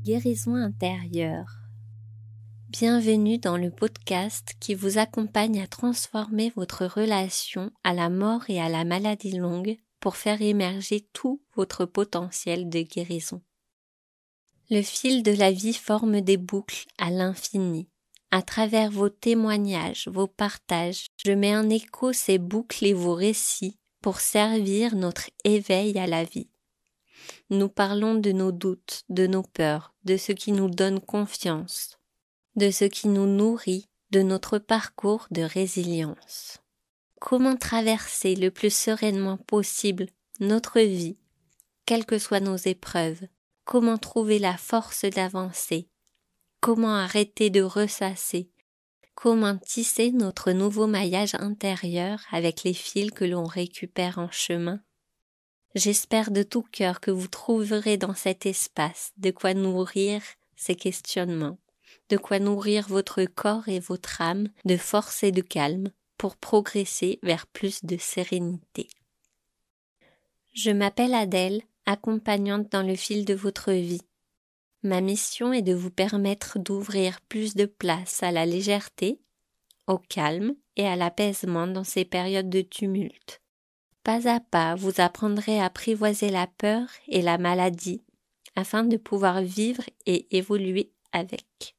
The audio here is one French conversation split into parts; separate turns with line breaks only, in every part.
Guérison intérieure. Bienvenue dans le podcast qui vous accompagne à transformer votre relation à la mort et à la maladie longue pour faire émerger tout votre potentiel de guérison. Le fil de la vie forme des boucles à l'infini. À travers vos témoignages, vos partages, je mets en écho ces boucles et vos récits pour servir notre éveil à la vie. Nous parlons de nos doutes, de nos peurs, de ce qui nous donne confiance, de ce qui nous nourrit, de notre parcours de résilience. Comment traverser le plus sereinement possible notre vie, quelles que soient nos épreuves? Comment trouver la force d'avancer? Comment arrêter de ressasser? Comment tisser notre nouveau maillage intérieur avec les fils que l'on récupère en chemin? J'espère de tout cœur que vous trouverez dans cet espace de quoi nourrir ces questionnements, de quoi nourrir votre corps et votre âme de force et de calme pour progresser vers plus de sérénité. Je m'appelle Adèle, accompagnante dans le fil de votre vie. Ma mission est de vous permettre d'ouvrir plus de place à la légèreté, au calme et à l'apaisement dans ces périodes de tumulte. Pas à pas, vous apprendrez à apprivoiser la peur et la maladie afin de pouvoir vivre et évoluer avec.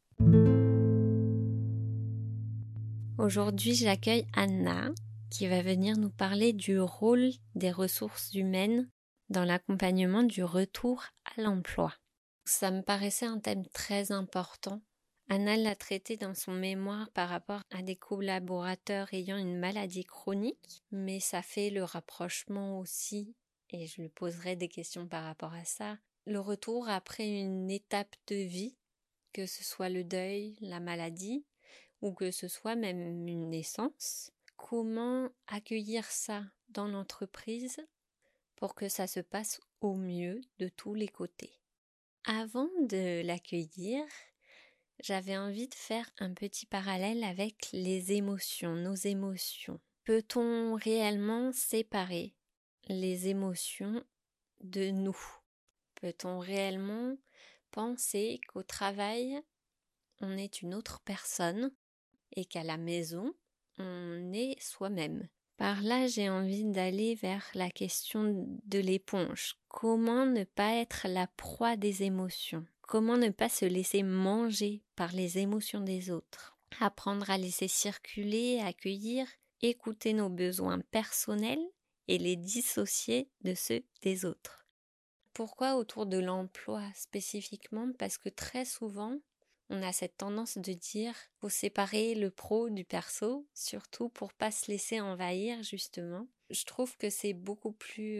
Aujourd'hui, j'accueille Anna qui va venir nous parler du rôle des ressources humaines dans l'accompagnement du retour à l'emploi. Ça me paraissait un thème très important. Anna l'a traité dans son mémoire par rapport à des collaborateurs ayant une maladie chronique, mais ça fait le rapprochement aussi, et je lui poserai des questions par rapport à ça, le retour après une étape de vie, que ce soit le deuil, la maladie, ou que ce soit même une naissance. Comment accueillir ça dans l'entreprise pour que ça se passe au mieux de tous les côtés? Avant de l'accueillir, j'avais envie de faire un petit parallèle avec les émotions, nos émotions. Peut-on réellement séparer les émotions de nous? Peut-on réellement penser qu'au travail, on est une autre personne et qu'à la maison, on est soi-même? Par là, j'ai envie d'aller vers la question de l'éponge. Comment ne pas être la proie des émotions? Comment ne pas se laisser manger par les émotions des autres? Apprendre à laisser circuler, accueillir, écouter nos besoins personnels et les dissocier de ceux des autres. Pourquoi autour de l'emploi spécifiquement? Parce que très souvent, on a cette tendance de dire faut séparer le pro du perso, surtout pour pas se laisser envahir justement. Je trouve que c'est beaucoup plus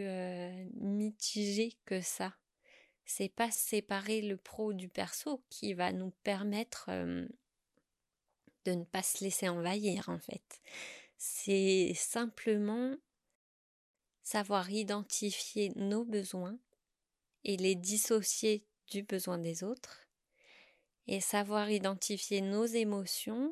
mitigé que ça. C'est pas séparer le pro du perso qui va nous permettre de ne pas se laisser envahir en fait. C'est simplement savoir identifier nos besoins et les dissocier du besoin des autres. Et savoir identifier nos émotions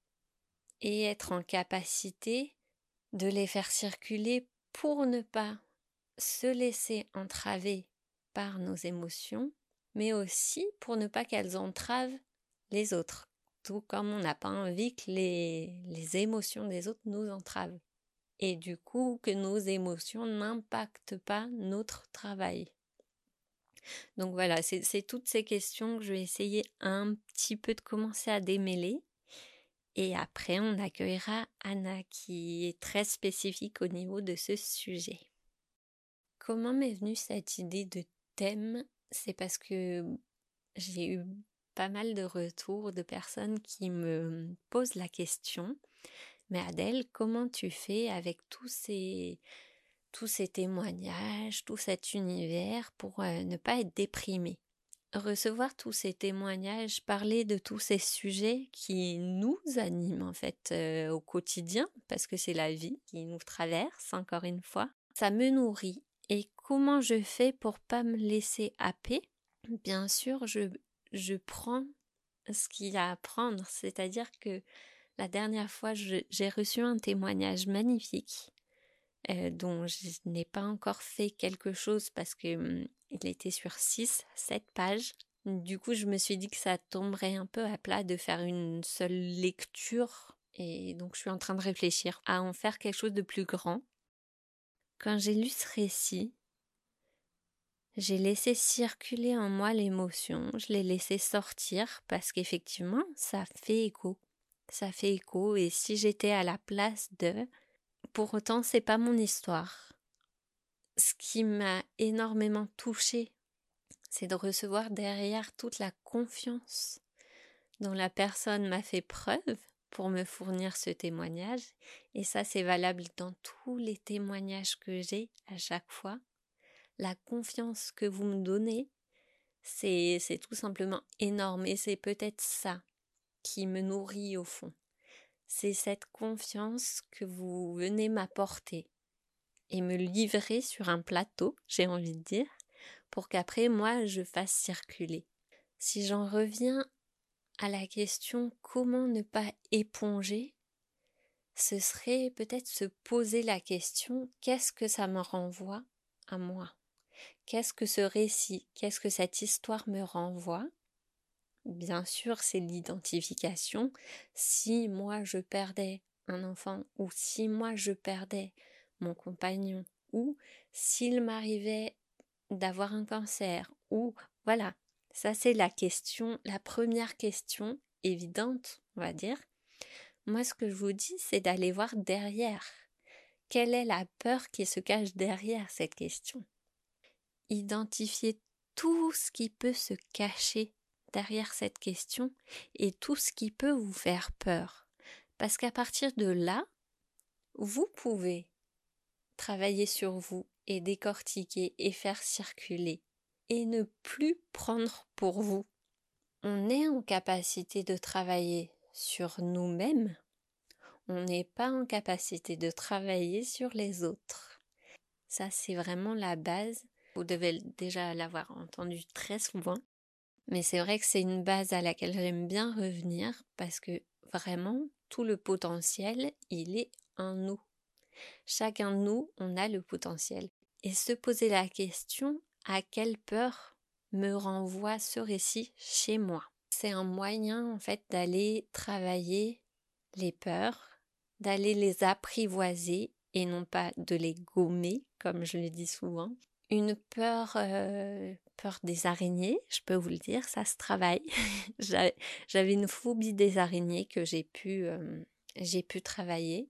et être en capacité de les faire circuler pour ne pas se laisser entraver par nos émotions, mais aussi pour ne pas qu'elles entravent les autres, tout comme on n'a pas envie que les émotions des autres nous entravent. Et du coup, que nos émotions n'impactent pas notre travail. Donc voilà, c'est toutes ces questions que je vais essayer un petit peu de commencer à démêler. Et après, on accueillera Anna qui est très spécifique au niveau de ce sujet. Comment m'est venue cette idée de thème? C'est parce que j'ai eu pas mal de retours de personnes qui me posent la question. Mais Adèle, comment tu fais avec tous ces témoignages, tout cet univers pour ne pas être déprimée? Recevoir tous ces témoignages, parler de tous ces sujets qui nous animent en fait au quotidien, parce que c'est la vie qui nous traverse encore une fois, ça me nourrit. Et comment je fais pour pas me laisser happer? Bien sûr, je prends ce qu'il y a à prendre, c'est-à-dire que la dernière fois, j'ai reçu un témoignage magnifique dont je n'ai pas encore fait quelque chose parce que il était sur 6-7 pages Du coup, je me suis dit que ça tomberait un peu à plat de faire une seule lecture. Et donc, je suis en train de réfléchir à en faire quelque chose de plus grand. Quand j'ai lu ce récit, j'ai laissé circuler en moi l'émotion, je l'ai laissé sortir parce qu'effectivement, ça fait écho. Ça fait écho et si j'étais à la place de... Pour autant, c'est pas mon histoire. Ce qui m'a énormément touchée, c'est de recevoir derrière toute la confiance dont la personne m'a fait preuve pour me fournir ce témoignage. Et ça, c'est valable dans tous les témoignages que j'ai à chaque fois. La confiance que vous me donnez, c'est tout simplement énorme. Et c'est peut-être ça qui me nourrit au fond. C'est cette confiance que vous venez m'apporter et me livrer sur un plateau, j'ai envie de dire, pour qu'après moi je fasse circuler. Si j'en reviens à la question comment ne pas éponger, ce serait peut-être se poser la question qu'est-ce que ça me renvoie à moi? Qu'est-ce que ce récit, qu'est-ce que cette histoire me renvoie? Bien sûr, c'est l'identification. Si moi je perdais un enfant ou si moi je perdais mon compagnon ou s'il m'arrivait d'avoir un cancer ou voilà, ça c'est la question, la première question évidente, on va dire. Moi ce que je vous dis, c'est d'aller voir derrière. Quelle est la peur qui se cache derrière cette question? Identifier tout ce qui peut se cacher derrière cette question et tout ce qui peut vous faire peur. Parce qu'à partir de là, vous pouvez travailler sur vous et décortiquer et faire circuler et ne plus prendre pour vous. On est en capacité de travailler sur nous-mêmes, on n'est pas en capacité de travailler sur les autres. Ça, c'est vraiment la base. Vous devez déjà l'avoir entendu très souvent. Mais c'est vrai que c'est une base à laquelle j'aime bien revenir parce que vraiment, tout le potentiel, il est en nous. Chacun de nous, on a le potentiel. Et se poser la question, à quelle peur me renvoie ce récit chez moi? C'est un moyen en fait d'aller travailler les peurs, d'aller les apprivoiser et non pas de les gommer, comme je le dis souvent. Une peur, peur des araignées, je peux vous le dire, ça se travaille. J'avais une phobie des araignées que j'ai pu travailler.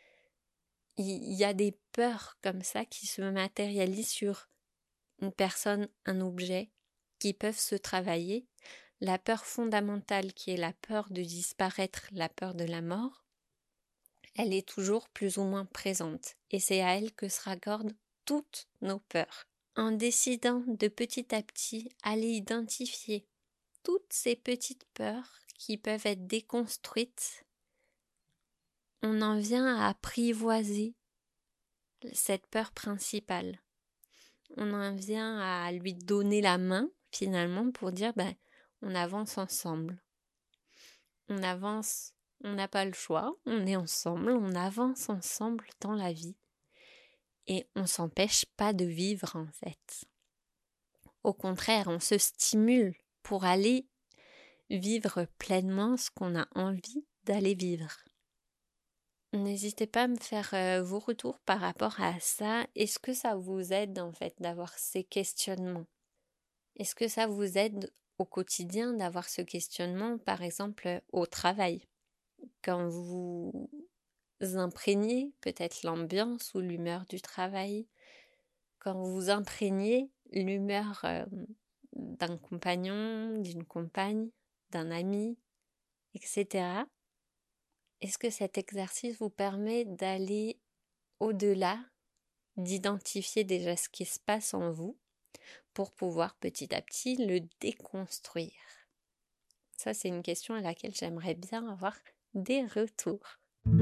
Il y a des peurs comme ça qui se matérialisent sur une personne, un objet, qui peuvent se travailler. La peur fondamentale qui est la peur de disparaître, la peur de la mort, elle est toujours plus ou moins présente. Et c'est à elle que se raccordent toutes nos peurs. En décidant de petit à petit aller identifier toutes ces petites peurs qui peuvent être déconstruites, on en vient à apprivoiser cette peur principale. On en vient à lui donner la main finalement pour dire on avance ensemble. On avance, on n'a pas le choix, on est ensemble, on avance ensemble dans la vie. Et on s'empêche pas de vivre en fait. Au contraire, on se stimule pour aller vivre pleinement ce qu'on a envie d'aller vivre. N'hésitez pas à me faire vos retours par rapport à ça. Est-ce que ça vous aide en fait d'avoir ces questionnements? Est-ce que ça vous aide au quotidien d'avoir ce questionnement, par exemple au travail? Quand vous imprégnez peut-être l'ambiance ou l'humeur du travail, quand vous imprégnez l'humeur d'un compagnon, d'une compagne, d'un ami, etc. Est-ce que cet exercice vous permet d'aller au-delà, d'identifier déjà ce qui se passe en vous pour pouvoir petit à petit le déconstruire? Ça, c'est une question à laquelle j'aimerais bien avoir des retours.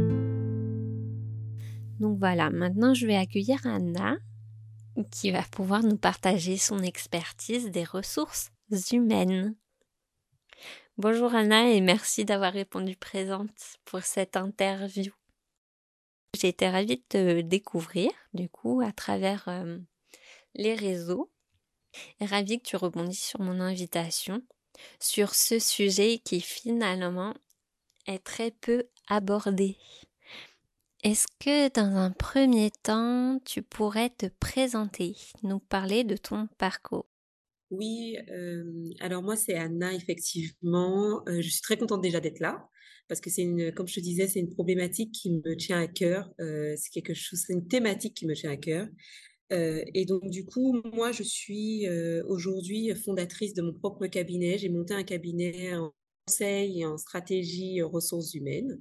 Donc voilà, maintenant je vais accueillir Anna qui va pouvoir nous partager son expertise des ressources humaines. Bonjour Anna et merci d'avoir répondu présente pour cette interview. J'ai été ravie de te découvrir du coup à travers les réseaux Ravie que tu rebondisses sur mon invitation, sur ce sujet qui finalement est très peu abordé. Est-ce que dans un premier temps, tu pourrais te présenter, nous parler de ton parcours?
Oui, alors moi c'est Anna effectivement. Je suis très contente déjà d'être là parce que comme je te disais, c'est une problématique qui me tient à cœur. C'est une thématique qui me tient à cœur. Et donc du coup, moi je suis aujourd'hui fondatrice de mon propre cabinet. J'ai monté un cabinet en conseil et en stratégie ressources humaines.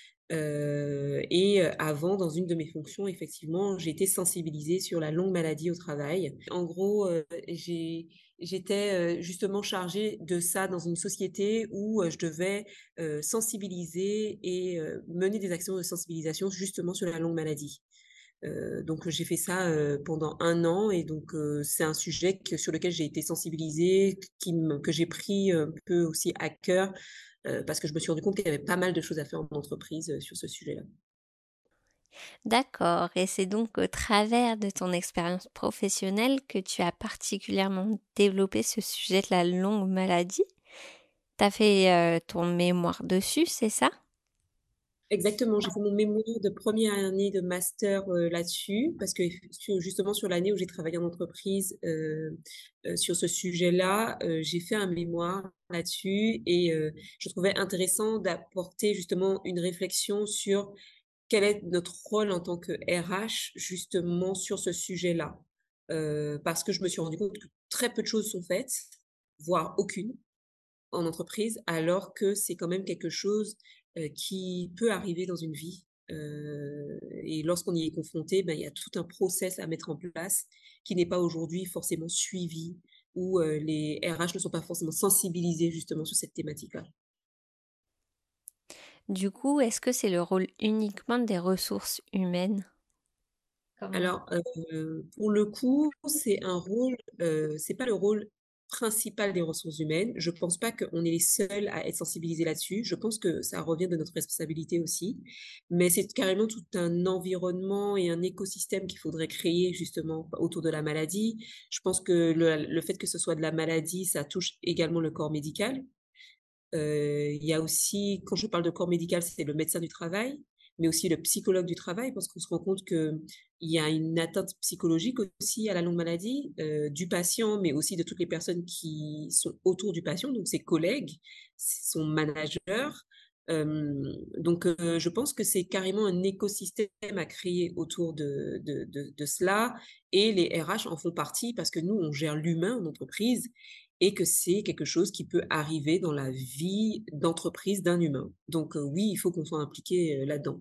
Avant, dans une de mes fonctions, effectivement, j'ai été sensibilisée sur la longue maladie au travail. En gros, j'étais justement chargée de ça dans une société où je devais sensibiliser et mener des actions de sensibilisation justement sur la longue maladie. Donc j'ai fait ça pendant un an et donc c'est un sujet sur lequel j'ai été sensibilisée, que j'ai pris un peu aussi à cœur parce que je me suis rendu compte qu'il y avait pas mal de choses à faire en entreprise sur ce sujet-là.
D'accord, et c'est donc au travers de ton expérience professionnelle que tu as particulièrement développé ce sujet de la longue maladie. T'as fait ton mémoire dessus, c'est ça?
Exactement, j'ai fait mon mémoire de première année de master là-dessus, parce que justement sur l'année où j'ai travaillé en entreprise sur ce sujet-là, j'ai fait un mémoire là-dessus et je trouvais intéressant d'apporter justement une réflexion sur quel est notre rôle en tant que RH justement sur ce sujet-là. Parce que je me suis rendu compte que très peu de choses sont faites, voire aucune en entreprise, alors que c'est quand même quelque chose qui peut arriver dans une vie. Et lorsqu'on y est confronté, ben, il y a tout un process à mettre en place qui n'est pas aujourd'hui forcément suivi, où les RH ne sont pas forcément sensibilisés justement sur cette thématique-là.
Du coup, est-ce que c'est le rôle uniquement des ressources humaines? Comment?
Alors, pour le coup, c'est pas le rôle principal des ressources humaines. Je pense pas qu'on est les seuls à être sensibilisés là-dessus. Je pense que ça revient de notre responsabilité aussi. Mais c'est carrément tout un environnement et un écosystème qu'il faudrait créer justement autour de la maladie. Je pense que le fait que ce soit de la maladie, ça touche également le corps médical. Il y a aussi, quand je parle de corps médical, c'est le médecin du travail, mais aussi le psychologue du travail, parce qu'on se rend compte que il y a une atteinte psychologique aussi à la longue maladie du patient, mais aussi de toutes les personnes qui sont autour du patient, donc ses collègues, son manager. Je pense que c'est carrément un écosystème à créer autour de cela, et les RH en font partie parce que nous, on gère l'humain en entreprise et que c'est quelque chose qui peut arriver dans la vie d'entreprise d'un humain. Donc oui, il faut qu'on soit impliqué là-dedans.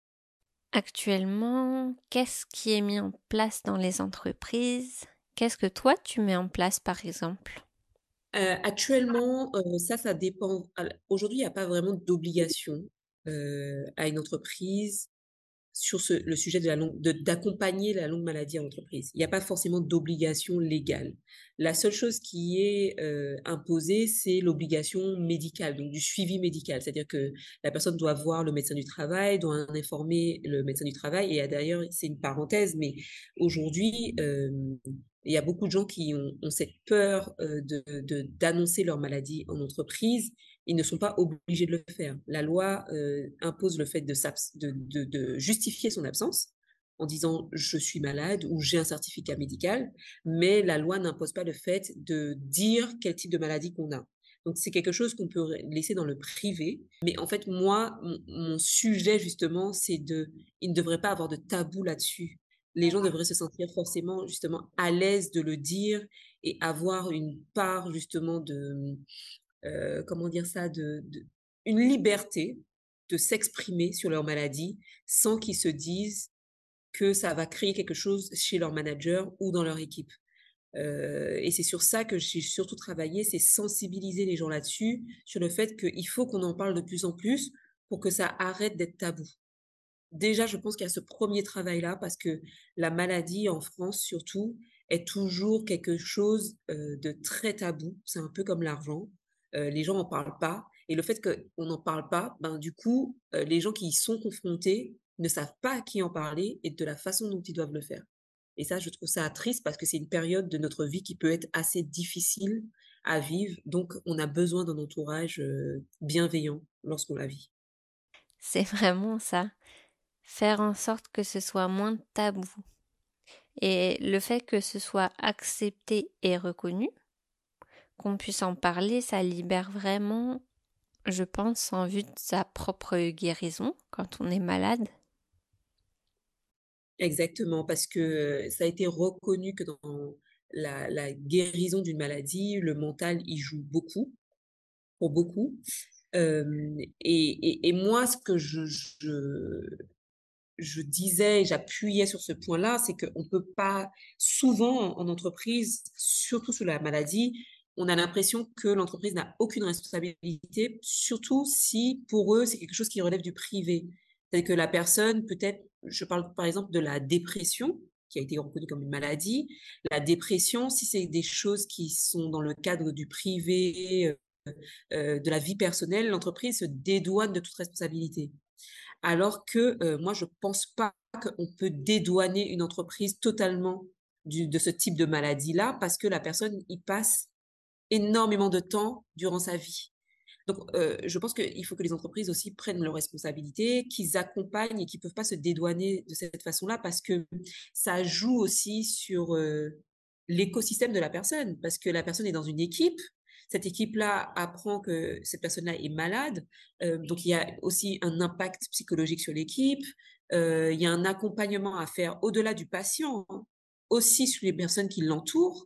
Actuellement, qu'est-ce qui est mis en place dans les entreprises? Qu'est-ce que toi tu mets en place par exemple?
Actuellement, ça dépend. Aujourd'hui, il n'y a pas vraiment d'obligation à une entreprise sur le sujet d'accompagner la longue maladie en entreprise. Il n'y a pas forcément d'obligation légale. La seule chose qui est imposée, c'est l'obligation médicale, donc du suivi médical. C'est-à-dire que la personne doit voir le médecin du travail, doit en informer le médecin du travail. Et d'ailleurs, c'est une parenthèse, mais aujourd'hui, il y a beaucoup de gens qui ont cette peur d'annoncer leur maladie en entreprise. Ils ne sont pas obligés de le faire. La loi impose le fait de justifier son absence en disant je suis malade ou j'ai un certificat médical, mais la loi n'impose pas le fait de dire quel type de maladie qu'on a. Donc c'est quelque chose qu'on peut laisser dans le privé. Mais en fait, moi, mon sujet justement, il ne devrait pas avoir de tabou là-dessus. Les gens devraient se sentir forcément justement à l'aise de le dire et avoir une part justement comment dire ça, une liberté de s'exprimer sur leur maladie sans qu'ils se disent que ça va créer quelque chose chez leur manager ou dans leur équipe. Et c'est sur ça que j'ai surtout travaillé, c'est sensibiliser les gens là-dessus, sur le fait qu'il faut qu'on en parle de plus en plus pour que ça arrête d'être tabou. Déjà, je pense qu'il y a ce premier travail-là parce que la maladie en France, surtout, est toujours quelque chose de très tabou. C'est un peu comme l'argent. Les gens n'en parlent pas. Et le fait qu'on n'en parle pas, ben, du coup, les gens qui y sont confrontés ne savent pas à qui en parler et de la façon dont ils doivent le faire. Et ça, je trouve ça triste parce que c'est une période de notre vie qui peut être assez difficile à vivre. Donc, on a besoin d'un entourage bienveillant lorsqu'on la vit.
C'est vraiment ça. Faire en sorte que ce soit moins tabou. Et le fait que ce soit accepté et reconnu, qu'on puisse en parler, ça libère vraiment, je pense, en vue de sa propre guérison quand on est malade.
Exactement, parce que ça a été reconnu que dans la guérison d'une maladie, le mental y joue beaucoup, pour beaucoup. Et moi, ce que je disais, j'appuyais sur ce point-là, c'est qu'on ne peut pas, souvent en entreprise, surtout sur la maladie, on a l'impression que l'entreprise n'a aucune responsabilité, surtout si pour eux, c'est quelque chose qui relève du privé. C'est-à-dire que la personne, peut-être, je parle par exemple de la dépression, qui a été reconnue comme une maladie. La dépression, si c'est des choses qui sont dans le cadre du privé, de la vie personnelle, l'entreprise se dédouane de toute responsabilité. Alors que moi, je pense pas qu'on peut dédouaner une entreprise totalement de ce type de maladie-là parce que la personne y passe énormément de temps durant sa vie. Donc, je pense qu'il faut que les entreprises aussi prennent leurs responsabilités, qu'ils accompagnent et qu'ils ne peuvent pas se dédouaner de cette façon-là parce que ça joue aussi sur l'écosystème de la personne parce que la personne est dans une équipe. Cette équipe-là apprend que cette personne-là est malade. Donc, il y a aussi un impact psychologique sur l'équipe. Il y a un accompagnement à faire au-delà du patient, hein, aussi sur les personnes qui l'entourent.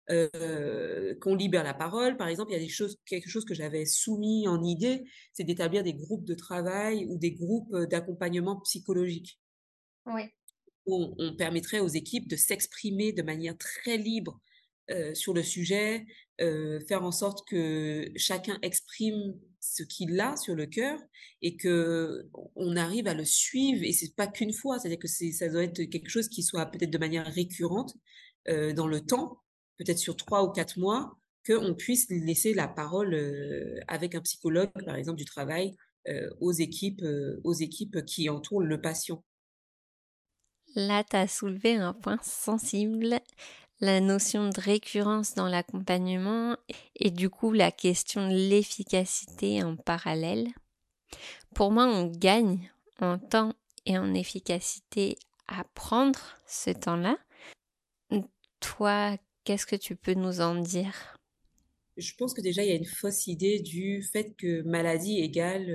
Qu'on libère la parole. Par exemple, il y a quelque chose que j'avais soumis en idée, c'est d'établir des groupes de travail ou des groupes d'accompagnement psychologique
Oui.
où on permettrait aux équipes de s'exprimer de manière très libre sur le sujet, faire en sorte que chacun exprime ce qu'il a sur le cœur et que on arrive à le suivre. Et c'est pas qu'une fois, c'est-à-dire que ça doit être quelque chose qui soit peut-être de manière récurrente dans le temps, peut-être sur 3 ou 4 mois, qu'on puisse laisser la parole avec un psychologue, par exemple, du travail, aux équipes qui entourent le patient.
Là, tu as soulevé un point sensible, la notion de récurrence dans l'accompagnement et du coup la question de l'efficacité en parallèle. Pour moi, on gagne en temps et en efficacité à prendre ce temps-là. Toi, qu'est-ce que tu peux nous en dire?
Je pense que déjà, il y a une fausse idée du fait que maladie égale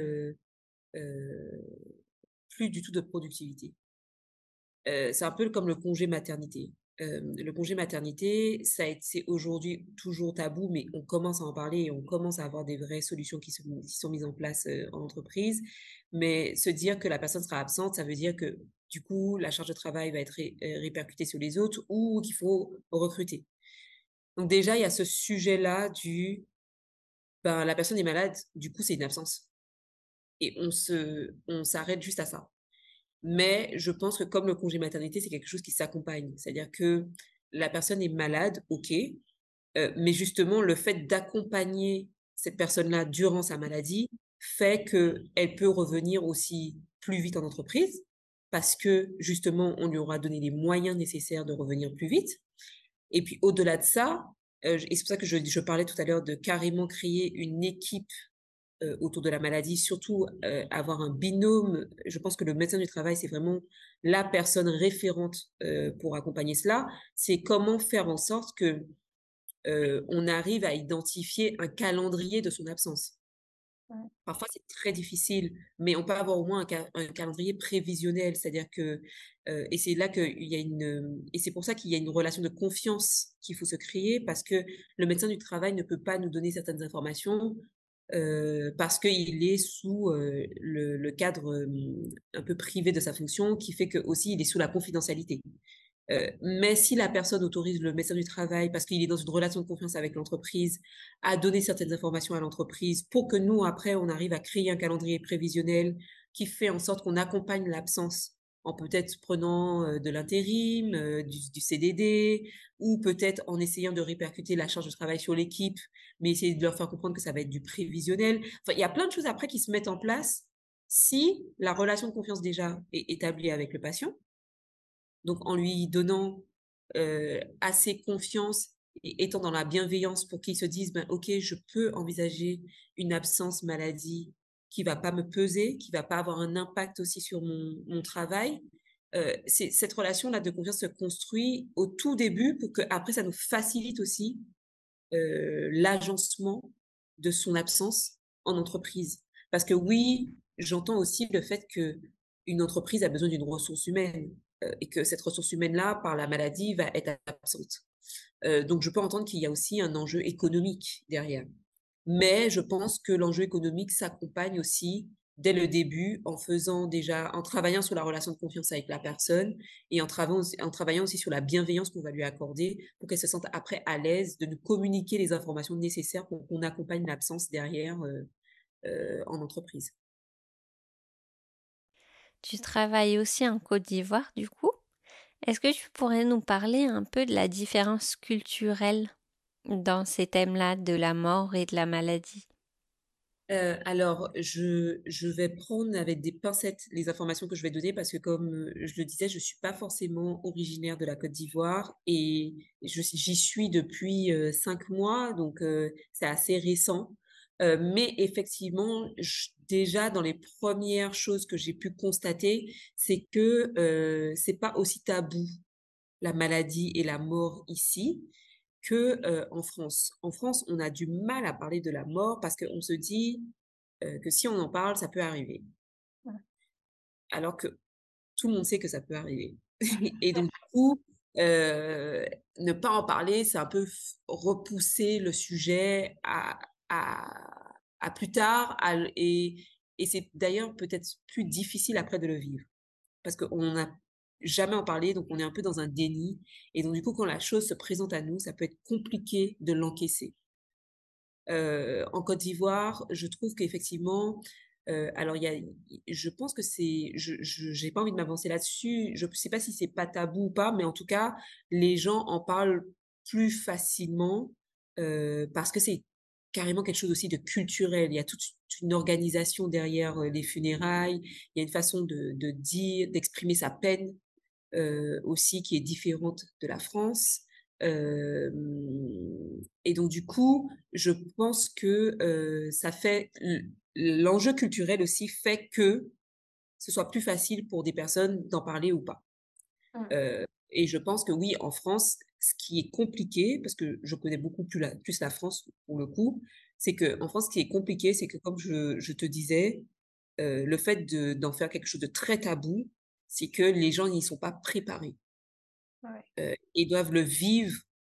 euh, plus du tout de productivité. C'est un peu comme le congé maternité. Le congé maternité, c'est aujourd'hui toujours tabou, mais on commence à en parler et on commence à avoir des vraies solutions qui sont mises en place en entreprise. Mais se dire que la personne sera absente, ça veut dire que du coup, la charge de travail va être répercutée sur les autres ou qu'il faut recruter. Donc déjà, il y a ce sujet-là ben, la personne est malade, du coup, c'est une absence. Et on s'arrête juste à ça. Mais je pense que comme le congé maternité, c'est quelque chose qui s'accompagne. C'est-à-dire que la personne est malade, ok, mais justement, le fait d'accompagner cette personne-là durant sa maladie fait qu'elle peut revenir aussi plus vite en entreprise parce que justement, on lui aura donné les moyens nécessaires de revenir plus vite. Et puis au-delà de ça, et c'est pour ça que je parlais tout à l'heure de carrément créer une équipe autour de la maladie, surtout avoir un binôme. Je pense que le médecin du travail, c'est vraiment la personne référente pour accompagner cela. C'est comment faire en sorte que on arrive à identifier un calendrier de son absence.
Ouais.
Parfois, c'est très difficile, mais on peut avoir au moins un calendrier prévisionnel, c'est-à-dire que, et c'est là qu'il y a et c'est pour ça qu'il y a une relation de confiance qu'il faut se créer, parce que le médecin du travail ne peut pas nous donner certaines informations parce qu'il est sous le cadre un peu privé de sa fonction, qui fait que aussi il est sous la confidentialité. Mais si la personne autorise le médecin du travail, parce qu'il est dans une relation de confiance avec l'entreprise, à donner certaines informations à l'entreprise pour que nous, après, on arrive à créer un calendrier prévisionnel qui fait en sorte qu'on accompagne l'absence en peut-être prenant de l'intérim, du CDD, ou peut-être en essayant de répercuter la charge de travail sur l'équipe, mais essayer de leur faire comprendre que ça va être du prévisionnel. Enfin, il y a plein de choses après qui se mettent en place si la relation de confiance déjà est établie avec le patient, donc en lui donnant assez confiance et étant dans la bienveillance pour qu'ils se disent: «Ben, OK, je peux envisager une absence maladie qui va pas me peser, qui va pas avoir un impact aussi sur mon travail». C'est cette relation-là de confiance se construit au tout début pour qu'après ça nous facilite aussi, l'agencement de son absence en entreprise. Parce que oui, j'entends aussi le fait qu'une entreprise a besoin d'une ressource humaine, et que cette ressource humaine-là, par la maladie, va être absente. Donc je peux entendre qu'il y a aussi un enjeu économique derrière. Mais je pense que l'enjeu économique s'accompagne aussi dès le début en travaillant sur la relation de confiance avec la personne et en travaillant aussi sur la bienveillance qu'on va lui accorder pour qu'elle se sente après à l'aise de nous communiquer les informations nécessaires pour qu'on accompagne l'absence derrière, en entreprise.
Tu travailles aussi en Côte d'Ivoire, du coup. Est-ce que tu pourrais nous parler un peu de la différence culturelle dans ces thèmes-là de la mort et de la maladie?
Alors je vais prendre avec des pincettes les informations que je vais donner parce que comme, je le disais, je suis pas forcément originaire de la Côte d'Ivoire et j'y suis depuis, 5 mois donc c'est assez récent. Mais effectivement, déjà dans les premières choses que j'ai pu constater, c'est que, c'est pas aussi tabou la maladie et la mort ici que, en France. En France, on a du mal à parler de la mort parce qu'on se dit, que si on en parle, ça peut arriver. Alors que tout le monde sait que ça peut arriver. Et donc du coup, heu, ne pas en parler, c'est un peu repousser le sujet à plus tard, et c'est d'ailleurs peut-être plus difficile après de le vivre. Parce qu'on n'a jamais en parlé, donc on est un peu dans un déni et donc du coup, quand la chose se présente à nous, ça peut être compliqué de l'encaisser. En Côte d'Ivoire, je trouve qu'effectivement, alors il y a je pense que c'est je j'ai pas envie de m'avancer là-dessus. Je sais pas si c'est pas tabou ou pas, mais en tout cas, les gens en parlent plus facilement, parce que c'est carrément quelque chose aussi de culturel. Il y a toute une organisation derrière, les funérailles. Il y a une façon de dire, d'exprimer sa peine, aussi qui est différente de la France. Et donc du coup, je pense que, ça fait l'enjeu culturel aussi fait que ce soit plus facile pour des personnes d'en parler ou pas. Et je pense que oui, en France, ce qui est compliqué, parce que je connais beaucoup plus la France pour le coup, c'est qu'en France, ce qui est compliqué, c'est que comme je te disais, le fait d'en faire quelque chose de très tabou, c'est que les gens n'y sont pas préparés. Et doivent le vivre,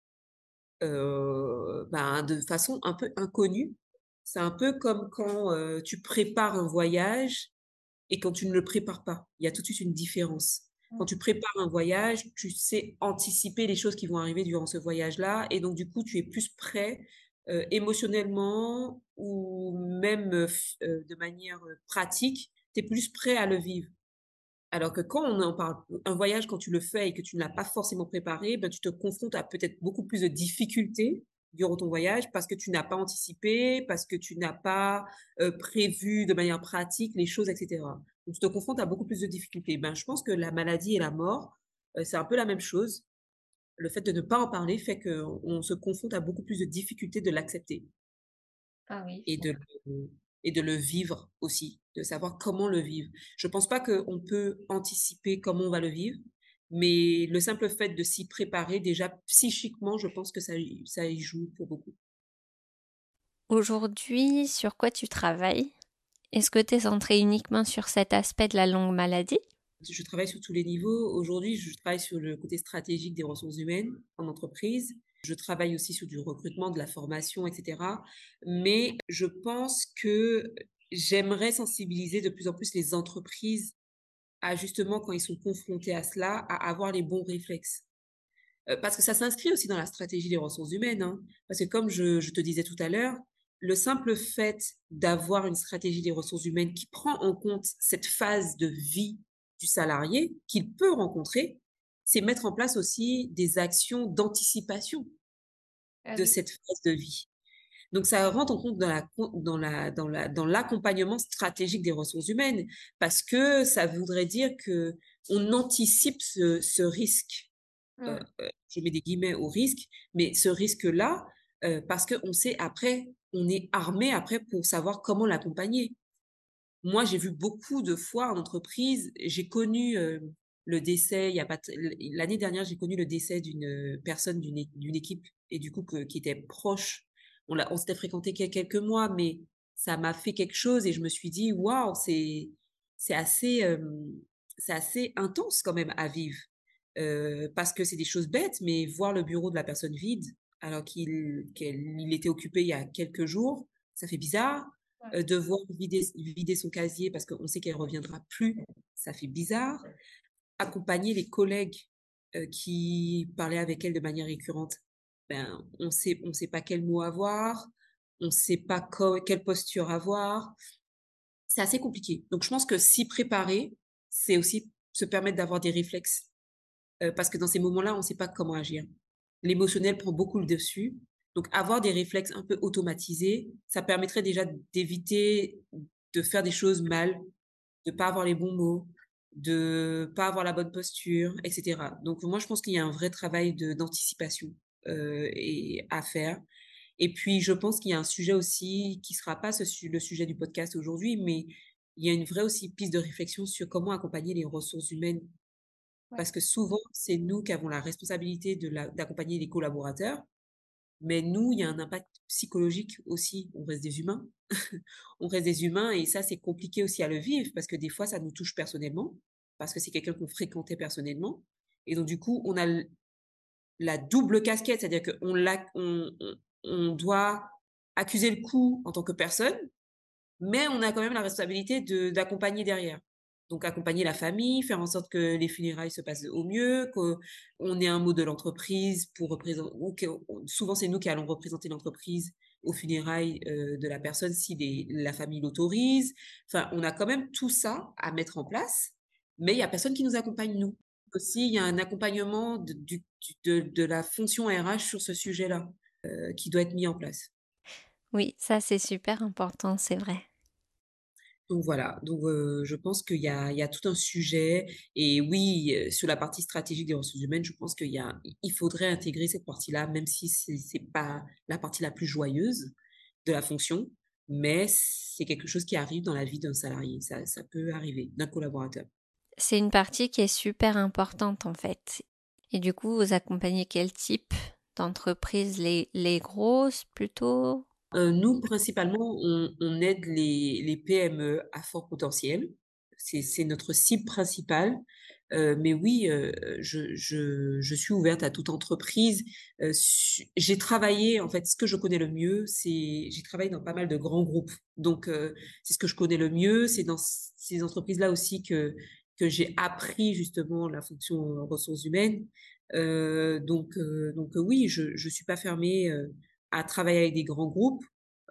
ben, de façon un peu inconnue. C'est un peu comme quand, tu prépares un voyage et quand tu ne le prépares pas. Il y a tout de suite une différence. Quand tu prépares un voyage, tu sais anticiper les choses qui vont arriver durant ce voyage-là et donc du coup, tu es plus prêt, émotionnellement ou même, de manière, pratique, tu es plus prêt à le vivre. Alors que quand on en parle un voyage, quand tu le fais et que tu ne l'as pas forcément préparé, ben, tu te confrontes à peut-être beaucoup plus de difficultés durant ton voyage parce que tu n'as pas anticipé, parce que tu n'as pas, prévu de manière pratique les choses et cetera. Donc tu te confrontes à beaucoup plus de difficultés. Ben, je pense que la maladie et la mort, c'est un peu la même chose. Le fait de ne pas en parler fait qu'on se confronte à beaucoup plus de difficultés de l'accepter
Ah oui.
et de le vivre aussi, de savoir comment le vivre. Je pense pas qu'on peut anticiper comment on va le vivre, mais le simple fait de s'y préparer déjà psychiquement, je pense que ça y joue pour beaucoup.
Aujourd'hui, sur quoi tu travailles? Est-ce que tu es centré uniquement sur cet aspect de la longue maladie?
Je travaille sur tous les niveaux. Aujourd'hui, je travaille sur le côté stratégique des ressources humaines en entreprise. Je travaille aussi sur du recrutement, de la formation, et cetera. Mais je pense que j'aimerais sensibiliser de plus en plus les entreprises à justement, quand ils sont confrontés à cela, à avoir les bons réflexes. Parce que ça s'inscrit aussi dans la stratégie des ressources humaines, hein. Parce que comme je te disais tout à l'heure, le simple fait d'avoir une stratégie des ressources humaines qui prend en compte cette phase de vie du salarié qu'il peut rencontrer, c'est mettre en place aussi des actions d'anticipation
Ah
de
oui.
cette phase de vie. Donc ça rentre en compte dans l'accompagnement stratégique des ressources humaines parce que ça voudrait dire qu'on anticipe ce risque.
Mmh.
je mets des guillemets au risque, mais ce risque-là, parce qu'on sait après, on est armé après pour savoir comment l'accompagner. Moi, j'ai vu beaucoup de fois en entreprise, j'ai connu, le décès il y a pas t l'année dernière, j'ai connu le décès d'une, personne d'une équipe et du coup qui était proche. On s'était fréquenté quelques mois, mais ça m'a fait quelque chose et je me suis dit: «Waouh, c'est assez, c'est assez intense quand même à vivre». Parce que c'est des choses bêtes, mais voir le bureau de la personne vide alors il était occupé il y a quelques jours, ça fait bizarre.
Ouais.
Devoir vider son casier parce qu'on sait qu'elle reviendra plus, ça fait bizarre. Accompagner les collègues, qui parlaient avec elle de manière récurrente, ben, on sait pas quel mot avoir, on sait pas quelle posture avoir. C'est assez compliqué. Donc je pense que s'y préparer, c'est aussi se permettre d'avoir des réflexes, parce que dans ces moments-là, on sait pas comment agir. L'émotionnel prend beaucoup le dessus. Donc avoir des réflexes un peu automatisés, ça permettrait déjà d'éviter de faire des choses mal, de pas avoir les bons mots, de pas avoir la bonne posture, et cetera. Donc moi, je pense qu'il y a un vrai travail d'anticipation, et à faire. Et puis je pense qu'il y a un sujet aussi qui sera pas le sujet du podcast aujourd'hui, mais il y a une vraie aussi piste de réflexion sur comment accompagner les ressources humaines.
Ouais.
Parce que souvent, c'est nous qui avons la responsabilité d'accompagner les collaborateurs, mais nous, il y a un impact psychologique aussi. On reste des humains. On reste des humains et ça, c'est compliqué aussi à le vivre parce que des fois, ça nous touche personnellement, parce que c'est quelqu'un qu'on fréquentait personnellement. Et donc, du coup, on a la double casquette, c'est-à-dire on doit accuser le coup en tant que personne, mais on a quand même la responsabilité d'accompagner derrière. Donc accompagner la famille, faire en sorte que les funérailles se passent au mieux, qu'on ait un mot de l'entreprise pour représenter ou que souvent c'est nous qui allons représenter l'entreprise aux funérailles, de la personne si la famille l'autorise. Enfin, on a quand même tout ça à mettre en place, mais il y a personne qui nous accompagne nous. Aussi, il y a un accompagnement de la fonction RH sur ce sujet-là, qui doit être mis en place.
Oui, ça c'est super important, c'est vrai.
Donc voilà, donc je pense qu'il y a tout un sujet et oui, sur la partie stratégique des ressources humaines, je pense il faudrait intégrer cette partie-là, même si c'est pas la partie la plus joyeuse de la fonction, mais c'est quelque chose qui arrive dans la vie d'un salarié. Ça peut arriver, d'un collaborateur.
C'est une partie qui est super importante en fait. Et du coup, vous accompagnez quel type d'entreprise? Les grosses plutôt?
Nous, principalement, on aide les PME à fort potentiel. C'est notre cible principale. Mais oui, je suis ouverte à toute entreprise. J'ai travaillé, en fait, ce que je connais le mieux, j'ai travaillé dans pas mal de grands groupes. Donc, c'est ce que je connais le mieux. C'est dans ces entreprises-là aussi que j'ai appris justement la fonction ressources humaines. Oui, je suis pas fermée, à travailler avec des grands groupes,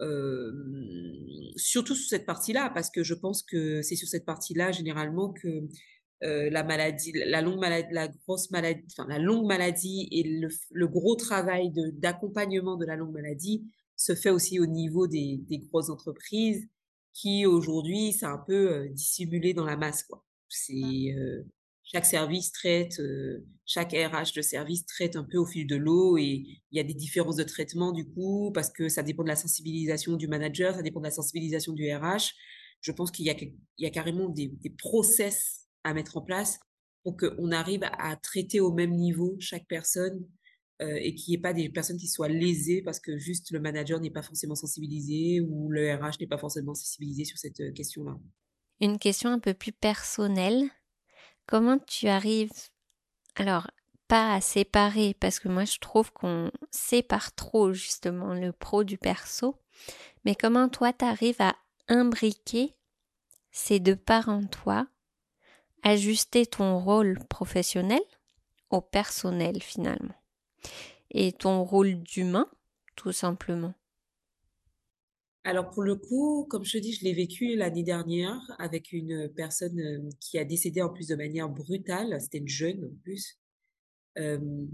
surtout sur cette partie-là, parce que je pense que c'est sur cette partie-là généralement que la maladie, la grosse maladie, enfin la longue maladie et le gros travail d'accompagnement de la longue maladie se fait aussi au niveau des grosses entreprises qui aujourd'hui c'est un peu dissimulé dans la masse quoi. C'est chaque service traite, chaque RH de service traite un peu au fil de l'eau et il y a des différences de traitement du coup parce que ça dépend de la sensibilisation du manager, ça dépend de la sensibilisation du RH. Je pense il y a carrément des process à mettre en place pour qu'on arrive à traiter au même niveau chaque personne, et qu'il n'y ait pas des personnes qui soient lésées parce que juste le manager n'est pas forcément sensibilisé ou le RH n'est pas forcément sensibilisé sur cette, question-là.
Une question un peu plus personnelle. Comment tu arrives, alors, pas à séparer, parce que moi je trouve qu'on sépare trop justement le pro du perso, mais comment toi t'arrives à imbriquer ces deux parts en toi, ajuster ton rôle professionnel au personnel finalement, et ton rôle d'humain, tout simplement.
Alors pour le coup, comme je te dis, je l'ai vécu l'année dernière avec une personne, qui a décédé en plus de manière brutale. C'était une jeune en plus, hem,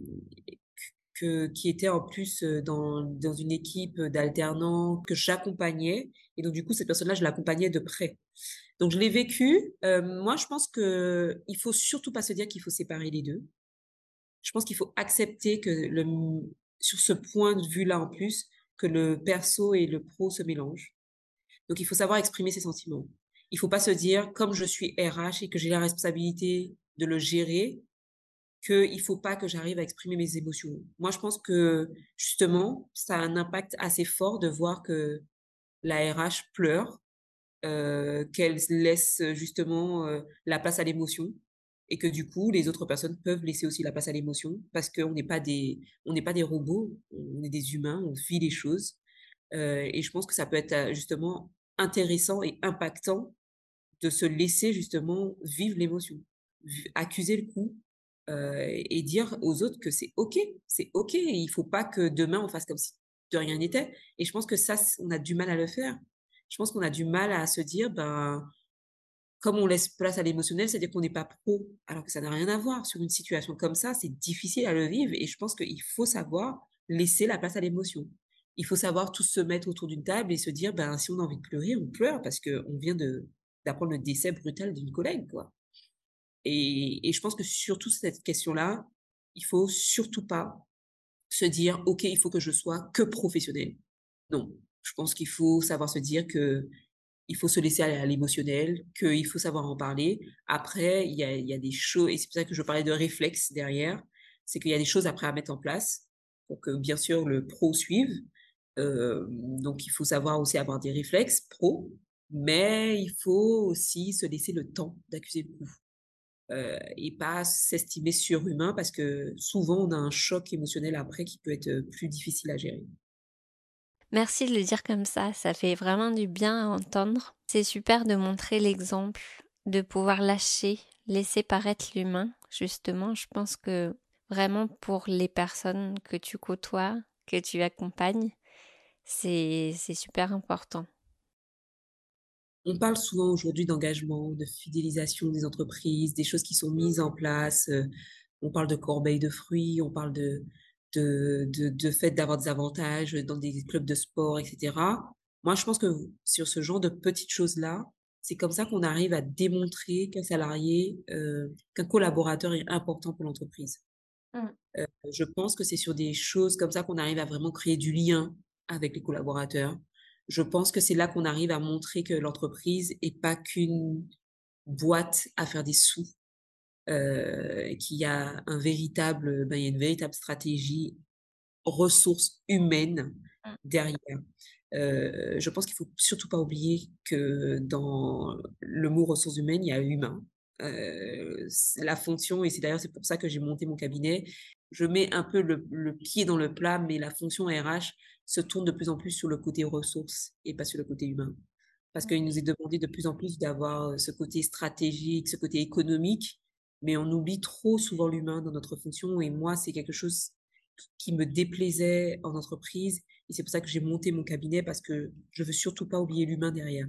qui était en plus, dans une équipe d'alternants que j'accompagnais et donc du coup, cette personne-là, je l'accompagnais de près. Donc je l'ai vécu. Moi, je pense qu'il faut surtout pas se dire qu'il faut séparer les 2. Je pense qu'il faut accepter que sur ce point de vue-là en plus, que le perso et le pro se mélangent. Donc il faut savoir exprimer ses sentiments. Il faut pas se dire, comme je suis RH et que j'ai la responsabilité de le gérer, qu'il faut pas que j'arrive à exprimer mes émotions. Moi, je pense que justement, ça a un impact assez fort de voir que la RH pleure, qu'elle laisse justement la place à l'émotion et que du coup, les autres personnes peuvent laisser aussi la place à l'émotion parce on n'est pas des robots, on est des humains, on vit les choses. Et je pense que ça peut être justement intéressant et impactant de se laisser justement vivre l'émotion, accuser le coup et dire aux autres que c'est OK. Il faut pas que demain on fasse comme si de rien n'était. Et je pense que ça, on a du mal à le faire. Je pense qu'on a du mal à se dire, ben, comme on laisse place à l'émotionnel, c'est-à-dire qu'on n'est pas pro, alors que ça n'a rien à voir. Sur une situation comme ça, c'est difficile à le vivre et je pense qu'il faut savoir laisser la place à l'émotion. Il faut savoir tous se mettre autour d'une table et se dire, ben, si on a envie de pleurer, on pleure parce qu'on vient d'apprendre le décès brutal d'une collègue, quoi. Et je pense que surtout cette question-là, il faut surtout pas se dire, OK, il faut que je sois que professionnel. Non. Je pense qu'il faut savoir se dire que il faut se laisser aller à l'émotionnel, qu'il faut savoir en parler. Après, il y a des choses, et c'est pour ça que je parlais de réflexe derrière, c'est qu'il y a des choses après à mettre en place pour que, bien sûr, le pro suive. Donc, il faut savoir aussi avoir des réflexes pro, mais il faut aussi se laisser le temps d'accuser le coup. Et pas s'estimer surhumain parce que souvent on a un choc émotionnel après qui peut être plus difficile à gérer.
Merci de le dire comme ça fait vraiment du bien à entendre. C'est super de montrer l'exemple, de pouvoir lâcher, laisser paraître l'humain. Justement, je pense que vraiment pour les personnes que tu côtoies, que tu accompagnes, c'est super important.
On parle souvent aujourd'hui d'engagement, de fidélisation des entreprises, des choses qui sont mises en place. On parle de corbeille de fruits, on parle de fait d'avoir des avantages dans des clubs de sport, etc. Moi, je pense que sur ce genre de petites choses-là, c'est comme ça qu'on arrive à démontrer qu'un salarié, qu'un collaborateur est important pour l'entreprise.
Mm.
Je pense que c'est sur des choses comme ça qu'on arrive à vraiment créer du lien avec les collaborateurs. Je pense que c'est là qu'on arrive à montrer que l'entreprise est pas qu'une boîte à faire des sous, qu'il y a il y a une véritable stratégie ressources humaines derrière. Je pense qu'il faut surtout pas oublier que dans le mot ressources humaines, il y a humain. La fonction, et c'est d'ailleurs c'est pour ça que j'ai monté mon cabinet, je mets un peu le pied dans le plat, mais la fonction RH se tourne de plus en plus sur le côté ressources et pas sur le côté humain. Parce qu'il nous est demandé de plus en plus d'avoir ce côté stratégique, ce côté économique, mais on oublie trop souvent l'humain dans notre fonction. Et moi, c'est quelque chose qui me déplaisait en entreprise. Et c'est pour ça que j'ai monté mon cabinet parce que je veux surtout pas oublier l'humain derrière.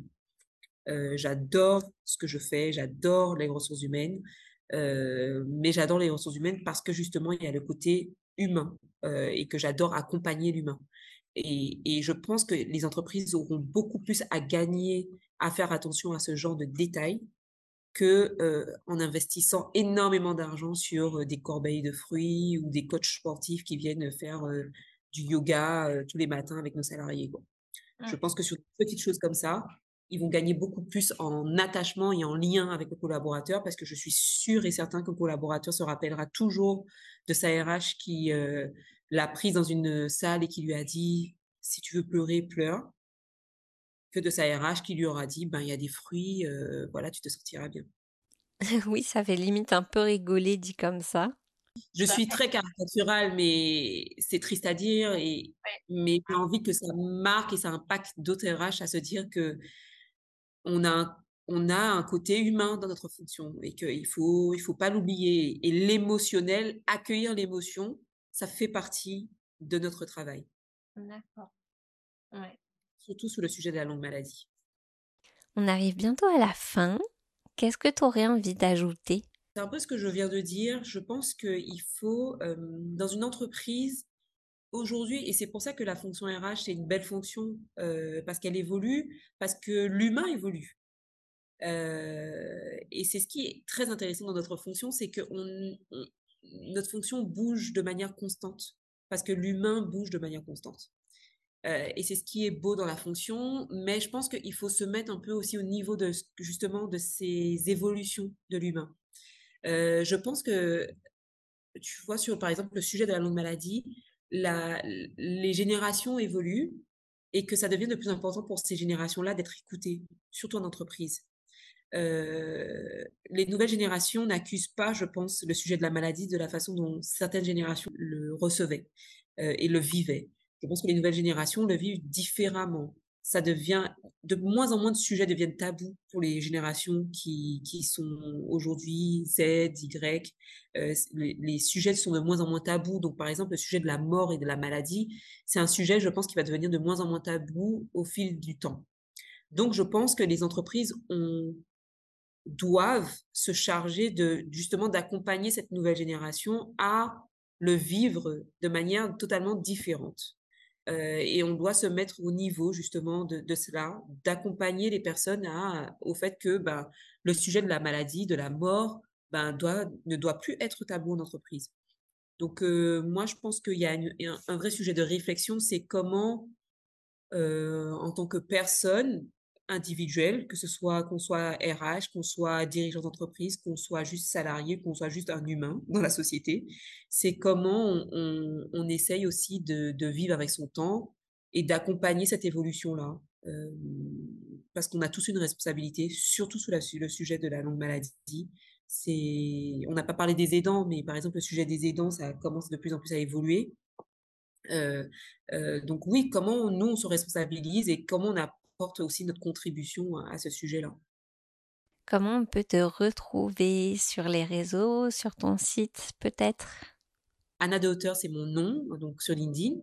J'adore ce que je fais, j'adore les ressources humaines, mais j'adore les ressources humaines parce que justement, il y a le côté humain et que j'adore accompagner l'humain. Et je pense que les entreprises auront beaucoup plus à gagner à faire attention à ce genre de détails que en investissant énormément d'argent sur des corbeilles de fruits ou des coachs sportifs qui viennent faire du yoga tous les matins avec nos salariés, quoi. Je pense que sur des petites choses comme ça, ils vont gagner beaucoup plus en attachement et en lien avec le collaborateur parce que je suis sûre et certain que le collaborateur se rappellera toujours de sa RH qui l'a prise dans une salle et qui lui a dit si tu veux pleurer, pleure, que de sa RH qui lui aura dit ben il y a des fruits, voilà, tu te sentiras bien.
Oui, ça fait limite un peu rigoler dit comme ça.
Je suis très caricaturale, mais c'est triste à dire mais j'ai envie que ça marque et ça impacte d'autres RH à se dire que on a un côté humain dans notre fonction et il faut pas l'oublier. Et l'émotionnel, accueillir l'émotion, ça fait partie de notre travail,
D'accord. Ouais.
surtout sur le sujet de la longue maladie.
On arrive bientôt à la fin. Qu'est-ce que tu aurais envie d'ajouter?
C'est un peu ce que je viens de dire. Je pense qu'il faut, dans une entreprise, aujourd'hui, et c'est pour ça que la fonction RH, c'est une belle fonction, parce qu'elle évolue, parce que l'humain évolue. Et c'est ce qui est très intéressant dans notre fonction, c'est qu'on notre fonction bouge de manière constante, parce que l'humain bouge de manière constante. Et c'est ce qui est beau dans la fonction, mais je pense qu'il faut se mettre un peu aussi au niveau de justement de ces évolutions de l'humain. Je pense que tu vois sur par exemple le sujet de la longue maladie, les générations évoluent et que ça devient de plus important pour ces générations-là d'être écoutées, surtout en entreprise. Les nouvelles générations n'accusent pas, je pense, le sujet de la maladie de la façon dont certaines générations le recevaient et le vivaient. Je pense que les nouvelles générations le vivent différemment. Ça devient de moins en moins de sujets deviennent tabous pour les générations qui sont aujourd'hui Z, Y. Les sujets sont de moins en moins tabous. Donc, par exemple, le sujet de la mort et de la maladie, c'est un sujet, je pense, qui va devenir de moins en moins tabou au fil du temps. Donc, je pense que les entreprises doivent se charger de justement d'accompagner cette nouvelle génération à le vivre de manière totalement différente. Et on doit se mettre au niveau justement de cela, d'accompagner les personnes au fait que ben, le sujet de la maladie, de la mort, ben, ne doit plus être tabou en entreprise. Donc moi, je pense qu'il y a un vrai sujet de réflexion, c'est comment en tant que personne individuelle, que ce soit qu'on soit RH, qu'on soit dirigeant d'entreprise, qu'on soit juste salarié, qu'on soit juste un humain dans la société, c'est comment on essaye aussi de vivre avec son temps et d'accompagner cette évolution-là. Parce qu'on a tous une responsabilité, surtout sur le sujet de la longue maladie. On n'a pas parlé des aidants, mais par exemple, le sujet des aidants, ça commence de plus en plus à évoluer. Euh, donc oui, comment nous on se responsabilise et comment on apporte aussi notre contribution à ce sujet-là.
Comment on peut te retrouver sur les réseaux, sur ton site peut-être?
Anna de Hauteur, c'est mon nom, donc sur LinkedIn.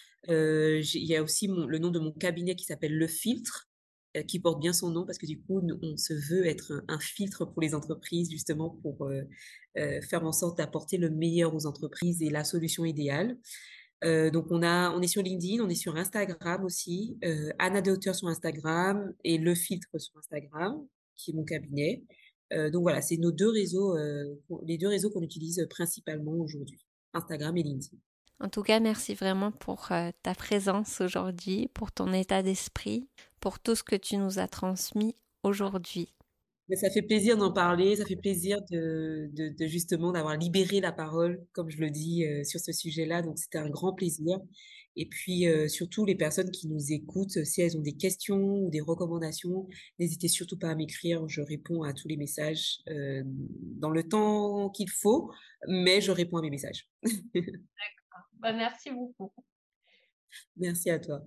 Il y a aussi le nom de mon cabinet qui s'appelle Le Filtre, qui porte bien son nom parce que du coup, on se veut être un filtre pour les entreprises, justement pour faire en sorte d'apporter le meilleur aux entreprises et la solution idéale. Donc on est sur LinkedIn, on est sur Instagram aussi, Anna de Hauteur sur Instagram et Le Filtre sur Instagram, qui est mon cabinet. Donc voilà, c'est nos deux réseaux, les deux réseaux qu'on utilise principalement aujourd'hui, Instagram et LinkedIn.
En tout cas, merci vraiment pour ta présence aujourd'hui, pour ton état d'esprit, pour tout ce que tu nous as transmis aujourd'hui.
Mais ça fait plaisir d'en parler, ça fait plaisir de justement d'avoir libéré la parole, comme je le dis, sur ce sujet-là. Donc, c'était un grand plaisir. Et puis, surtout, les personnes qui nous écoutent, si elles ont des questions ou des recommandations, n'hésitez surtout pas à m'écrire. Je réponds à tous les messages dans le temps qu'il faut, mais je réponds à mes messages.
Bah, merci beaucoup.
Merci à toi.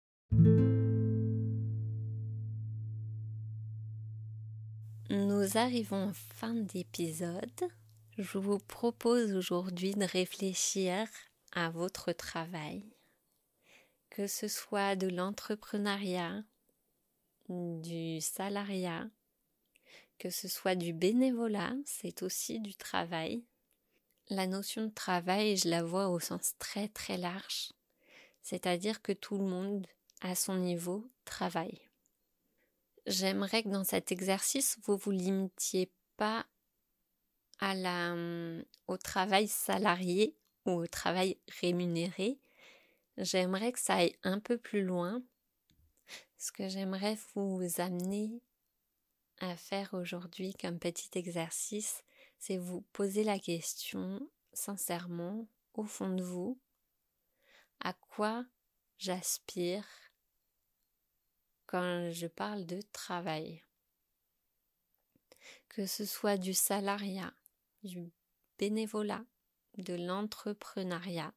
Nous arrivons en fin d'épisode. Je vous propose aujourd'hui de réfléchir à votre travail, que ce soit de l'entrepreneuriat, du salariat, que ce soit du bénévolat, c'est aussi du travail. La notion de travail, je la vois au sens très très large, c'est-à-dire que tout le monde, à son niveau, travaille. J'aimerais que dans cet exercice, vous vous limitiez pas au travail salarié ou au travail rémunéré. J'aimerais que ça aille un peu plus loin. Ce que j'aimerais vous amener à faire aujourd'hui comme petit exercice, c'est vous poser la question sincèrement, au fond de vous, à quoi j'aspire quand je parle de travail. Que ce soit du salariat, du bénévolat, de l'entrepreneuriat.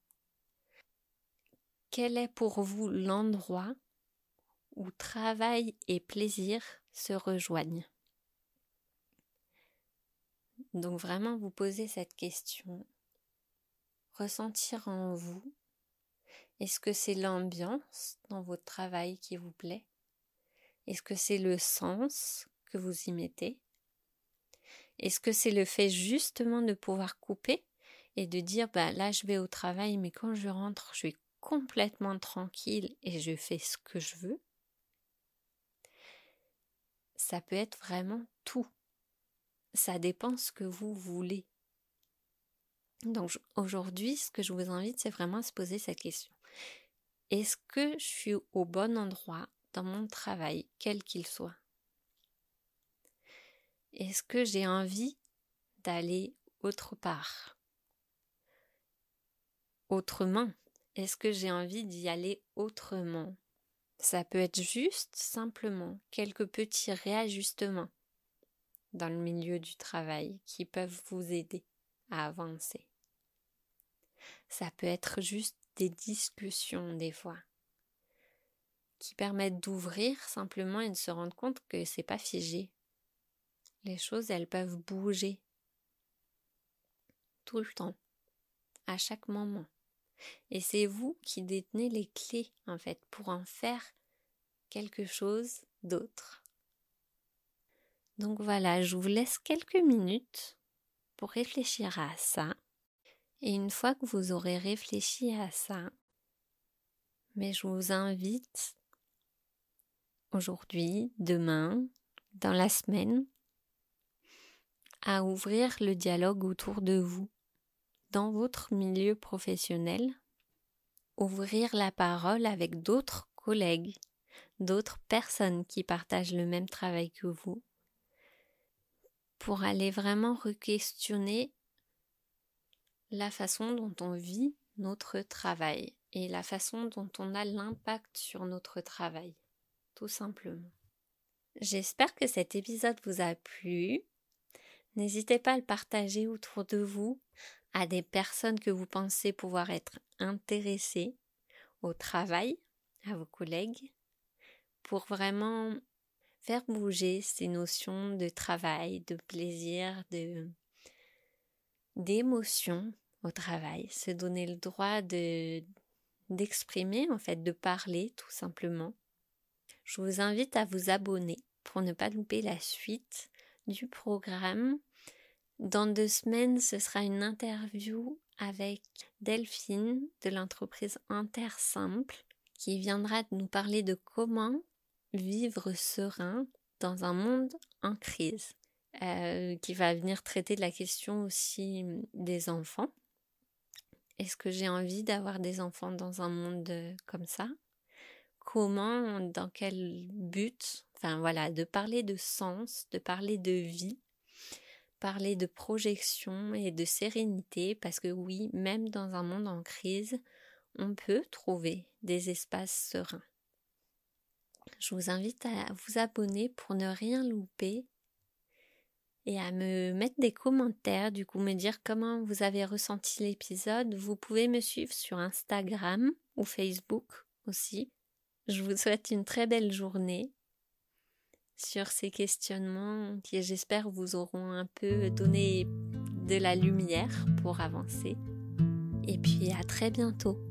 Quel est pour vous l'endroit où travail et plaisir se rejoignent? Donc vraiment vous poser cette question, ressentir en vous, est-ce que c'est l'ambiance dans votre travail qui vous plaît? Est-ce que c'est le sens que vous y mettez? Est-ce que c'est le fait justement de pouvoir couper et de dire bah là je vais au travail mais quand je rentre je suis complètement tranquille et je fais ce que je veux? Ça peut être vraiment tout. Ça dépend ce que vous voulez. Donc aujourd'hui, ce que je vous invite, c'est vraiment à se poser cette question. Est-ce que je suis au bon endroit dans mon travail, quel qu'il soit? Est-ce que j'ai envie d'aller autre part? Autrement? Est-ce que j'ai envie d'y aller autrement? Ça peut être juste, simplement, quelques petits réajustements dans le milieu du travail qui peuvent vous aider à avancer. Ça peut être juste des discussions des fois qui permettent d'ouvrir simplement et de se rendre compte que c'est pas figé. Les choses, elles peuvent bouger tout le temps, à chaque moment. Et c'est vous qui détenez les clés, en fait, pour en faire quelque chose d'autre. Donc voilà, je vous laisse quelques minutes pour réfléchir à ça. Et une fois que vous aurez réfléchi à ça, mais je vous invite aujourd'hui, demain, dans la semaine, à ouvrir le dialogue autour de vous, dans votre milieu professionnel, ouvrir la parole avec d'autres collègues, d'autres personnes qui partagent le même travail que vous, pour aller vraiment re-questionner la façon dont on vit notre travail et la façon dont on a l'impact sur notre travail, tout simplement. J'espère que cet épisode vous a plu. N'hésitez pas à le partager autour de vous à des personnes que vous pensez pouvoir être intéressées au travail, à vos collègues, pour vraiment faire bouger ces notions de travail, de plaisir, d'émotion au travail, se donner le droit d'exprimer, en fait, de parler tout simplement. Je vous invite à vous abonner pour ne pas louper la suite du programme. Dans 2 semaines, ce sera une interview avec Delphine de l'entreprise Intersimple qui viendra nous parler de comment vivre serein dans un monde en crise. Qui va venir traiter de la question aussi des enfants. Est-ce que j'ai envie d'avoir des enfants dans un monde comme ça? Comment, dans quel but? Enfin voilà, de parler de sens, de parler de vie, parler de projection et de sérénité, parce que oui, même dans un monde en crise, on peut trouver des espaces sereins. Je vous invite à vous abonner pour ne rien louper et à me mettre des commentaires, du coup me dire comment vous avez ressenti l'épisode. Vous pouvez me suivre sur Instagram ou Facebook aussi. Je vous souhaite une très belle journée sur ces questionnements qui, j'espère, vous auront un peu donné de la lumière pour avancer. Et puis à très bientôt.